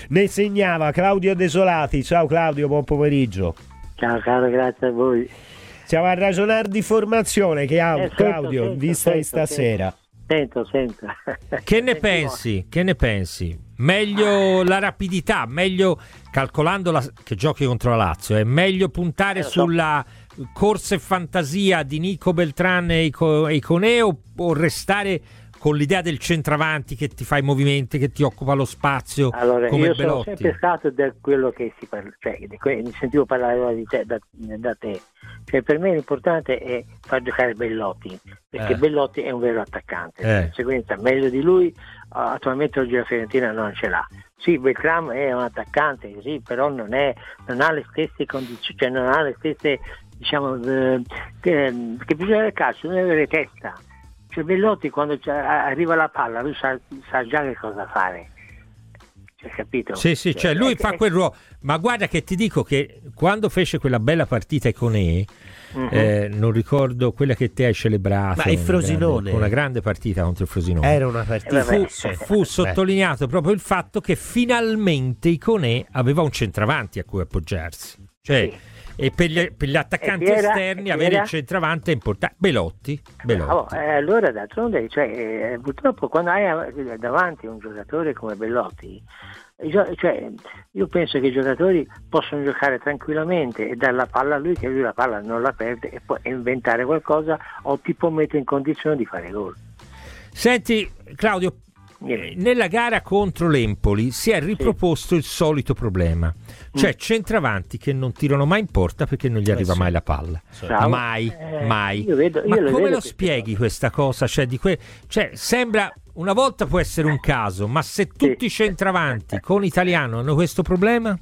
Ne segnava Claudio Desolati. Ciao Claudio, buon pomeriggio. Ciao caro, grazie a voi. Stiamo a ragionare di formazione che ha Claudio in vista di stasera. Sento. Che ne pensi? Che ne pensi? Meglio la rapidità, meglio calcolando che giochi contro la Lazio, è meglio puntare sulla corsa e fantasia di Nico Beltran e Iconé o restare con l'idea del centravanti che ti fa i movimenti, che ti occupa lo spazio, allora, come io Belotti? Sono sempre stato da quello che si parla, cioè mi sentivo parlare di te, da te. Cioè, per me l'importante è far giocare Belotti, perché Belotti è un vero attaccante, di conseguenza meglio di lui attualmente oggi la Fiorentina non ce l'ha. Sì, Beltran è un attaccante, sì, però non ha le stesse condizioni, cioè non ha le stesse, diciamo, che bisogna del calcio, non avere testa. Cioè Belotti quando arriva la palla lui sa già che cosa fare, cioè, capito? Sì, cioè lui fa quel ruolo, ma guarda che ti dico che quando fece quella bella partita con non ricordo quella che te hai celebrato, ma il Frosinone, una grande partita contro il Frosinone, era una partita, fu sottolineato proprio il fatto che finalmente Iconé aveva un centravanti a cui appoggiarsi, cioè e per gli attaccanti esterni avere il centravanti è importante. Belotti. Allora d'altronde, cioè, purtroppo quando hai davanti un giocatore come Belotti, cioè, io penso che i giocatori possono giocare tranquillamente e dare la palla a lui, che lui la palla non la perde e poi inventare qualcosa o ti può mettere in condizione di fare gol. Senti Claudio, nella gara contro l'Empoli si è riproposto il solito problema, cioè centravanti che non tirano mai in porta perché non gli arriva mai la palla, mai. Ma come lo spieghi questa cosa? Cioè, cioè sembra, una volta può essere un caso, ma se tutti i centravanti con italiano hanno questo problema?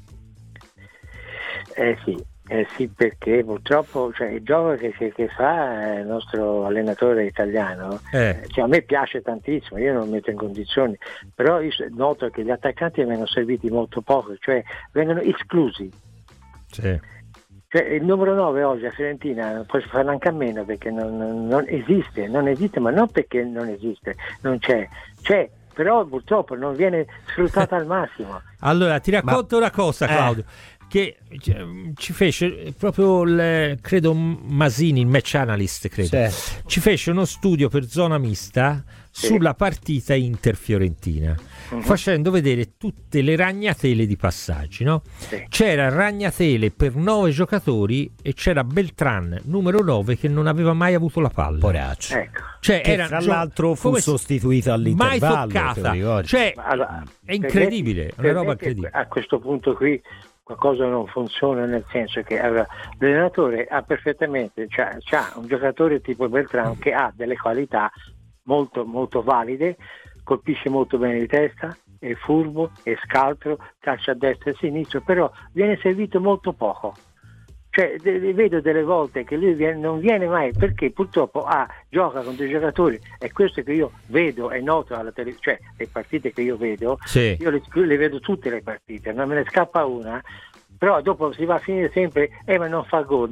Sì, perché purtroppo, cioè, il gioco che fa il nostro allenatore italiano, cioè, a me piace tantissimo, io non lo metto in condizioni, però io noto che gli attaccanti vengono serviti molto poco, cioè vengono esclusi. Sì. Cioè, il numero 9 oggi a Fiorentina può farlo anche a meno perché non esiste, ma non perché non esiste, non c'è, però purtroppo non viene sfruttata al massimo. Allora ti racconto una cosa, Claudio, che ci fece proprio credo Masini, il match analyst, ci fece uno studio per Zona Mista sulla partita Inter-Fiorentina, facendo vedere tutte le ragnatele di passaggi, no? C'era ragnatele per 9 giocatori e c'era Beltran numero 9 che non aveva mai avuto la palla, poraccio, cioè, che tra l'altro fu sostituito all'intervallo, mai toccata, cioè è incredibile, una roba incredibile. A questo punto qui qualcosa non funziona, nel senso che l'allenatore ha perfettamente, c'ha un giocatore tipo Beltran che ha delle qualità molto molto valide, colpisce molto bene di testa, è furbo, è scaltro, calcia a destra e a sinistra, però viene servito molto poco. Cioè, vedo delle volte che lui non viene mai, perché purtroppo gioca con dei giocatori, è questo che io vedo e noto alla televisione, cioè le partite che io vedo, io le vedo tutte le partite, non me ne scappa una, però dopo si va a finire sempre, ma non fa gol,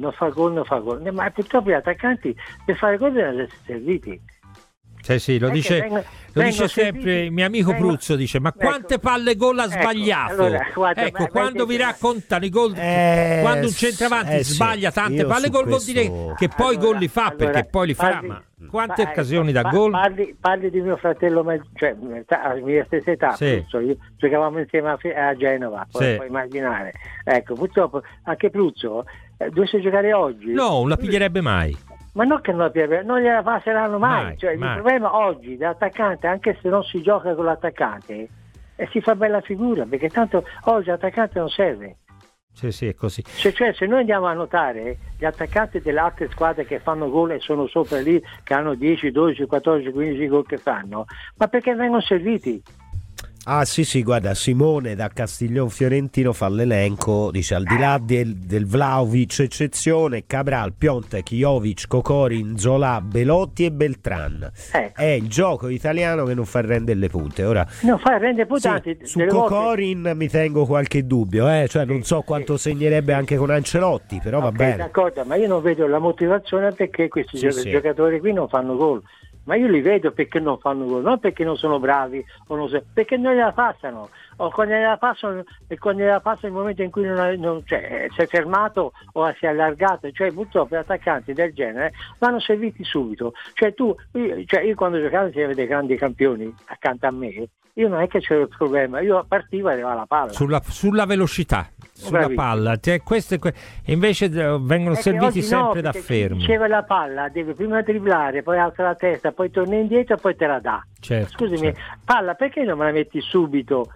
ma purtroppo gli attaccanti per fare gol devono essere serviti. Sì, lo dice sempre il mio amico Pruzzo, dice ma quante palle gol ha sbagliato, allora, quando vi raccontano i gol, quando un centravanti sbaglia tante palle gol vuol dire che poi gol li fa, perché poi li farà, ma quante occasioni da gol? Parli di mio fratello, cioè alla mia stessa età, Pruzzo, io giocavamo insieme a Genova, puoi immaginare, ecco, purtroppo anche Pruzzo dovesse giocare oggi, no, non la piglierebbe mai. Ma non che non gliela passeranno mai. Cioè, il problema oggi dell'attaccante, anche se non si gioca con l'attaccante, si fa bella figura, perché tanto oggi l'attaccante non serve. Sì, è così. Cioè, se noi andiamo a notare gli attaccanti delle altre squadre che fanno gol e sono sopra lì, che hanno 10, 12, 14, 15 gol che fanno, ma perché vengono serviti? Sì, guarda, Simone da Castiglion Fiorentino fa l'elenco, dice al di là del Vlahovic eccezione, Cabral, Piontek, Jovic, Kokorin, Zola, Belotti e Beltran. È il gioco italiano che non fa rendere le punte. Ora non fa rendere punte, su Kokorin mi tengo qualche dubbio, cioè non so quanto segnerebbe anche con Ancelotti, però va bene. D'accordo, ma io non vedo la motivazione perché questi giocatori qui non fanno gol. Ma io li vedo perché non fanno gol, non perché non sono bravi, perché non gliela passano. o quando gliela passano nel momento in cui si è fermato o si è allargato, cioè purtroppo gli attaccanti del genere vanno serviti subito. Cioè io quando giocavo c'erano dei grandi campioni accanto a me, io non è che c'era il problema, io partivo e arrivava la palla sulla velocità, sulla palla, e invece vengono serviti sempre da fermi. Riceve la palla, deve prima dribblare, poi alza la testa, poi torna indietro e poi te la dà. Certo, scusami, palla, perché non me la metti subito?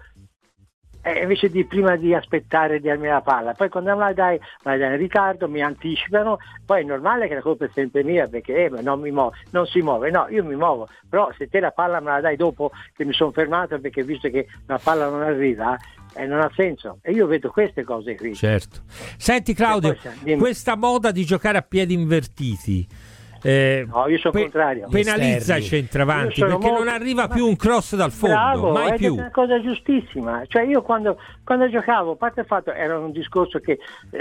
Invece di prima di aspettare di darmi la palla, poi quando me la dai in ritardo, mi anticipano, poi è normale che la colpa è sempre mia perché non si muove, no, io mi muovo, però se te la palla me la dai dopo che mi sono fermato perché visto che la palla non arriva, non ha senso, e io vedo queste cose qui. Certo. Senti Claudio, questa moda di giocare a piedi invertiti no, io sono contrario. Penalizza i centravanti perché non arriva più un cross dal fondo. Bravo, mai più. È una cosa giustissima. Cioè io quando giocavo, a parte il fatto era un discorso che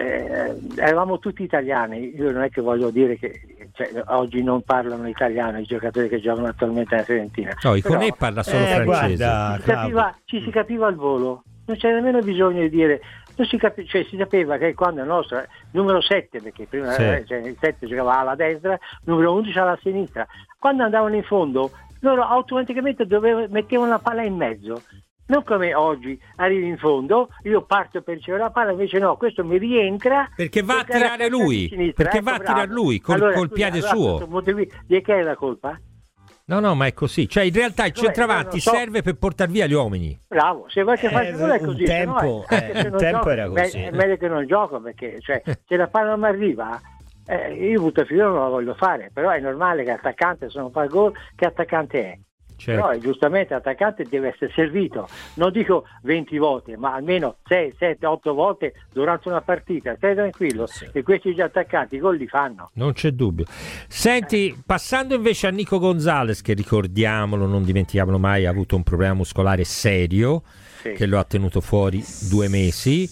eravamo tutti italiani. Io non è che voglio dire che oggi non parlano italiano i giocatori che giocano attualmente alla Fiorentina. No, Iconé parla solo francese. Ci si capiva al volo. Non c'è nemmeno bisogno di dire. Si sapeva che quando il nostro numero 7, perché prima il 7 giocava alla destra, numero 11 alla sinistra, quando andavano in fondo loro automaticamente mettevano la palla in mezzo, non come oggi arrivi in fondo, io parto per ricevere la palla, invece no, questo mi rientra perché va a tirare lui, perché va a tirare lui col piede suo. Di che è la colpa? No, ma è così. Cioè, in realtà il centravanti serve per portare via gli uomini. Bravo, se vuoi che fai nulla è così. Un tempo era così. È meglio che non gioco, perché se la palla non mi arriva, io butto filo non la voglio fare. Però è normale che l'attaccante, se non fa il gol, che attaccante è? Certo. Però giustamente l'attaccante deve essere servito, non dico 20 volte, ma almeno 6, 7, 8 volte durante una partita. Stai tranquillo, che questi già attaccanti i gol li fanno. Non c'è dubbio. Senti, passando invece a Nico Gonzalez, che ricordiamolo, non dimentichiamolo mai, ha avuto un problema muscolare serio. Che lo ha tenuto fuori 2 mesi.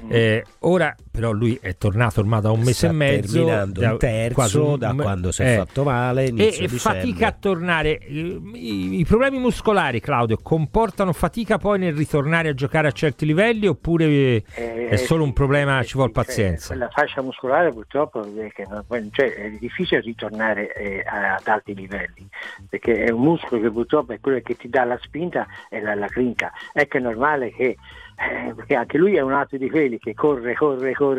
Ora però lui è tornato ormai da un mese e mezzo, terminando il terzo da quando si è fatto male, e fatica a tornare. I problemi muscolari, Claudio, comportano fatica poi nel ritornare a giocare a certi livelli, oppure è solo un problema, ci vuole pazienza? La fascia muscolare purtroppo è difficile ritornare ad alti livelli, perché è un muscolo che purtroppo è quello che ti dà la spinta e la grinta. È che è normale che perché anche lui è un altro di quelli che corre con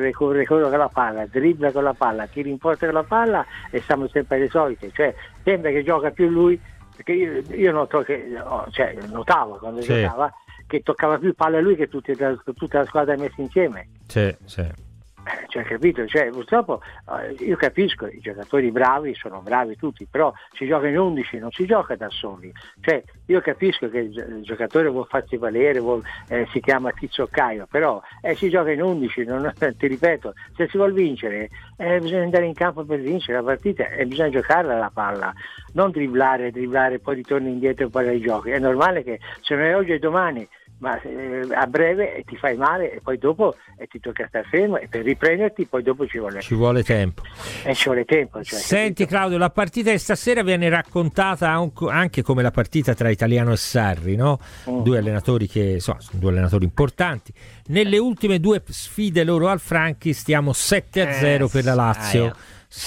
la palla, dribbla con la palla, tira in porta con la palla, e siamo sempre le solite, cioè sembra che gioca più lui, perché io notavo quando giocava che toccava più palla lui che tutta la squadra messa insieme. Capito? Purtroppo io capisco, i giocatori bravi sono bravi tutti, però si gioca in 11, non si gioca da soli. Io capisco che il giocatore vuol farsi valere, si chiama Tizio Caio, però si gioca in 11, ti ripeto, se si vuol vincere bisogna andare in campo per vincere la partita e bisogna giocarla la palla, non dribblare, poi ritorni indietro e poi la giochi. È normale che se non è oggi e domani, ma a breve ti fai male e poi dopo ti tocca stare fermo, e per riprenderti poi dopo ci vuole tempo. Senti Claudio, la partita di stasera viene raccontata anche come la partita tra Italiano e Sarri, no? Due allenatori che sono due allenatori importanti. Nelle ultime 2 sfide loro al Franchi stiamo 7-0 per la Lazio.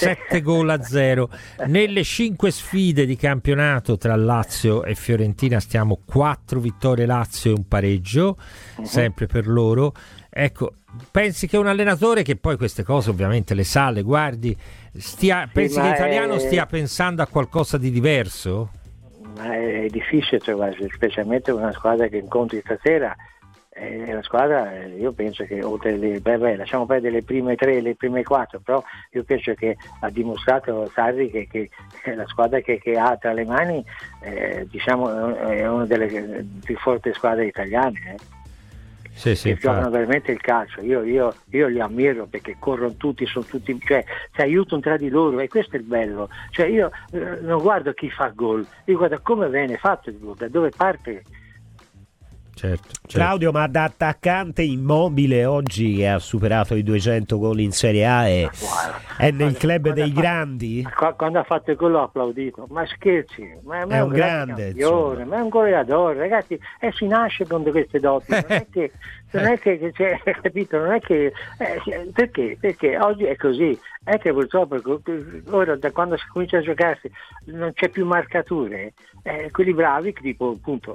7-0. Nelle 5 sfide di campionato tra Lazio e Fiorentina stiamo 4 vittorie Lazio e un pareggio, sempre per loro. Ecco, pensi che un allenatore che poi queste cose ovviamente le sa, le guardi, pensi che Italiano stia pensando a qualcosa di diverso? Ma è difficile trovare, specialmente una squadra che incontri stasera. La squadra, io penso che oltre lasciamo perdere le prime 3, le prime 4, però io penso che ha dimostrato Sarri che la squadra che ha tra le mani è una delle più forti squadre italiane. Che giocano veramente il calcio. Io li ammiro perché corrono tutti, sono tutti, si aiutano tra di loro, e questo è il bello. Io non guardo chi fa gol, io guardo come viene fatto il gol, da dove parte. Certo. Claudio, ma da attaccante Immobile oggi che ha superato i 200 gol in Serie A è nel club dei grandi? Quando ha fatto il gol ho applaudito, ma scherzi, ma è un grande campione, ma è un goleador, ragazzi, si nasce con queste doti, non è che cioè, capito, non è che perché oggi è così, è che purtroppo ora da quando si comincia a giocarsi non c'è più marcature, quelli bravi tipo appunto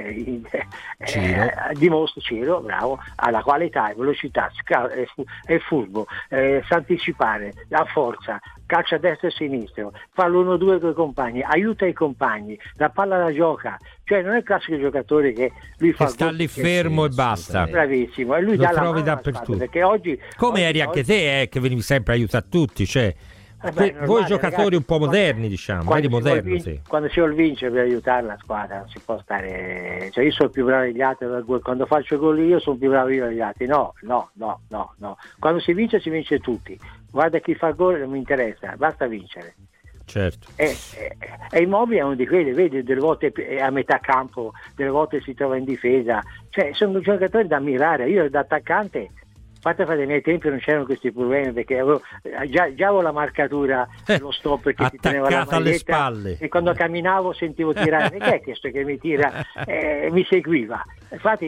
dimostra Ciro, bravo, ha la qualità, velocità, è furbo, sa anticipare, ha forza, calcia a destra e a sinistra, fa l'1-2 con i compagni, aiuta i compagni, la palla la gioca, cioè non è il classico giocatore che lui fa sta lì fermo e basta, bravissimo, e lui lo dà la trovi mano dappertutto, perché oggi eri anche te che venivi sempre a aiutare tutti, cioè voi giocatori, ragazzi, un po' moderni, diciamo, quando si vuol vincere per aiutare la squadra non si può stare, cioè io sono più bravo degli altri, quando faccio gol io sono più bravo io degli altri, no, quando si vince tutti, guarda chi fa gol non mi interessa, basta vincere. Certo. E Immobile è uno di quelli, vedi, delle volte è a metà campo, delle volte si trova in difesa, cioè sono giocatori da ammirare. Io da attaccante, fate dei miei tempi non c'erano questi problemi, perché già avevo la marcatura, lo stop che ti teneva la maglietta alle spalle, e quando camminavo sentivo tirare, che è questo che mi tira, mi seguiva, infatti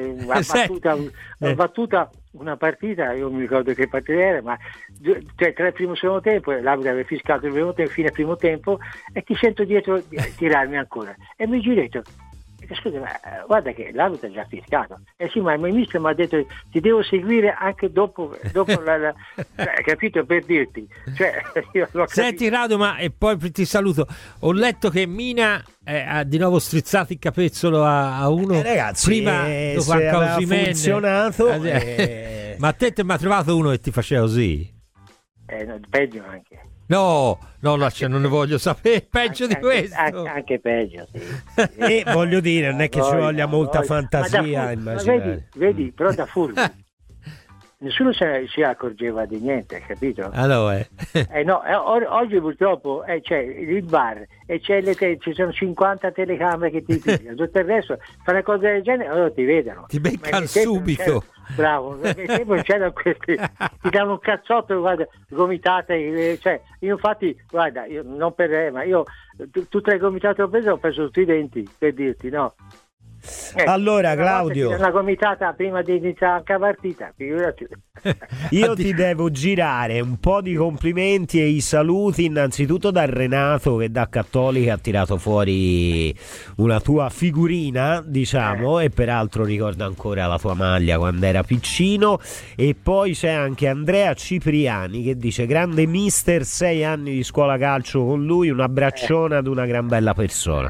ha battuta una partita, io non mi ricordo che partita era, ma cioè, tra il primo e il secondo tempo l'arbitro aveva fiscato il primo tempo, fine primo tempo, e ti sento dietro tirarmi ancora e mi giro e dico, scusa, ma guarda che l'arbitro ha già fiscato. Sì, ma il mister mi ha detto ti devo seguire anche dopo capito, per dirti, cioè, io l'ho Senti Radio, ma e poi ti saluto, ho letto che Mina ha di nuovo strizzato il capezzolo a uno, ragazzi, prima dopo aveva funzionato, ma a te mi ha trovato uno che ti faceva così? No, peggio anche. No, non ne voglio sapere, peggio di questo. Anche peggio, sì. E voglio dire, non è che ci voglia molta fantasia, immaginare. Vedi, però da furbi. Nessuno si accorgeva di niente, capito? Allora, oggi purtroppo c'è il bar e ci sono 50 telecamere che ti pigliano, tutto il resto fa una cosa del genere, allora ti vedono, ti beccano subito. Bravo, perché poi c'erano questi, ti danno un cazzotto, guarda, gomitate, cioè io infatti, guarda, io non per ma io tutte le gomitate ho preso tutti i denti, per dirti, no? Allora Claudio, una gomitata prima di iniziare la partita, figurati. Io ti devo girare un po' di complimenti e i saluti innanzitutto da Renato, che da Cattolica ha tirato fuori una tua figurina, diciamo, e peraltro ricorda ancora la tua maglia quando era piccino. E poi c'è anche Andrea Cipriani che dice grande mister, 6 anni di scuola calcio con lui, un abbraccione ad una gran bella persona.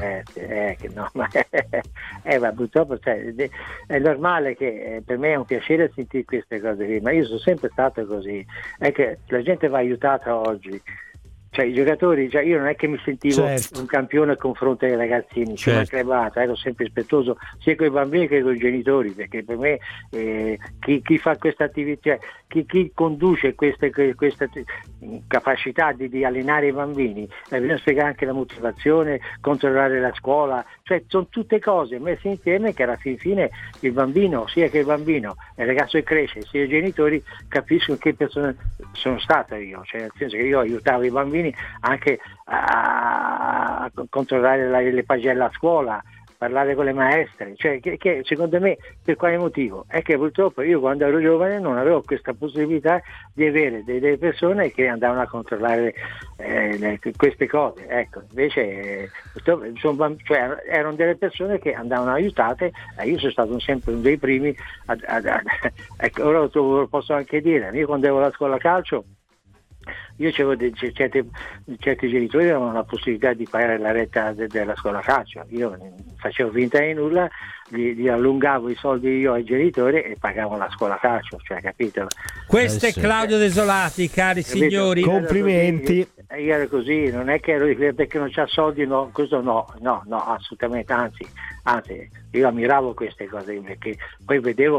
Ma purtroppo è normale che per me è un piacere sentire queste cose qui, ma io sono sempre stato così, è che la gente va aiutata oggi, cioè i giocatori, cioè io non è che mi sentivo un campione a confronto ai ragazzini, ci mancherebbe, ero sempre rispettoso sia con i bambini che con i genitori, perché per me chi fa questa attività, chi conduce questa capacità di allenare i bambini, bisogna spiegare anche la motivazione, controllare la scuola, cioè sono tutte cose messe insieme che alla fine il bambino, sia che il bambino, il ragazzo che cresce, sia i genitori capiscono che persona sono stato io, cioè nel senso che io aiutavo i bambini anche a controllare le pagelle a scuola, parlare con le maestre, cioè che secondo me per quale motivo? È che purtroppo io quando ero giovane non avevo questa possibilità di avere delle persone che andavano a controllare queste cose, ecco, invece erano delle persone che andavano aiutate, e io sono stato sempre uno dei primi ecco, ora lo posso anche dire, io quando ero alla scuola calcio io c'avevo certi genitori avevano la possibilità di pagare la retta della scuola calcio, io facevo finta di nulla, gli allungavo i soldi io ai genitori e pagavo la scuola calcio, cioè, capito? Questo è Claudio Desolati, cari capito? Signori, complimenti. Io ero così, non è che ero perché non c'ha soldi, no, questo no, assolutamente, anzi io ammiravo queste cose, perché poi vedevo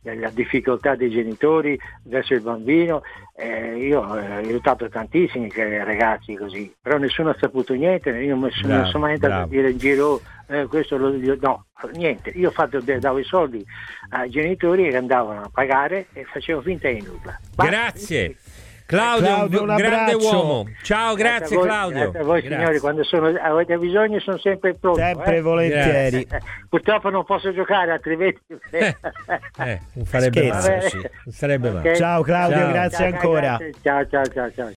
della difficoltà dei genitori verso il bambino. Io ho aiutato tantissimi ragazzi così, però nessuno ha saputo niente, io non sono mai andato a dire in giro questo no, niente. Io davo i soldi ai genitori che andavano a pagare e facevo finta di nulla. Grazie Claudio, un grande uomo. Ciao, grazie Claudio. Grazie a voi signori, quando avete bisogno sono sempre pronto. Sempre volentieri. Purtroppo non posso giocare, altrimenti non farebbe male. Non sarebbe male. Ciao Claudio, grazie ancora. Ciao.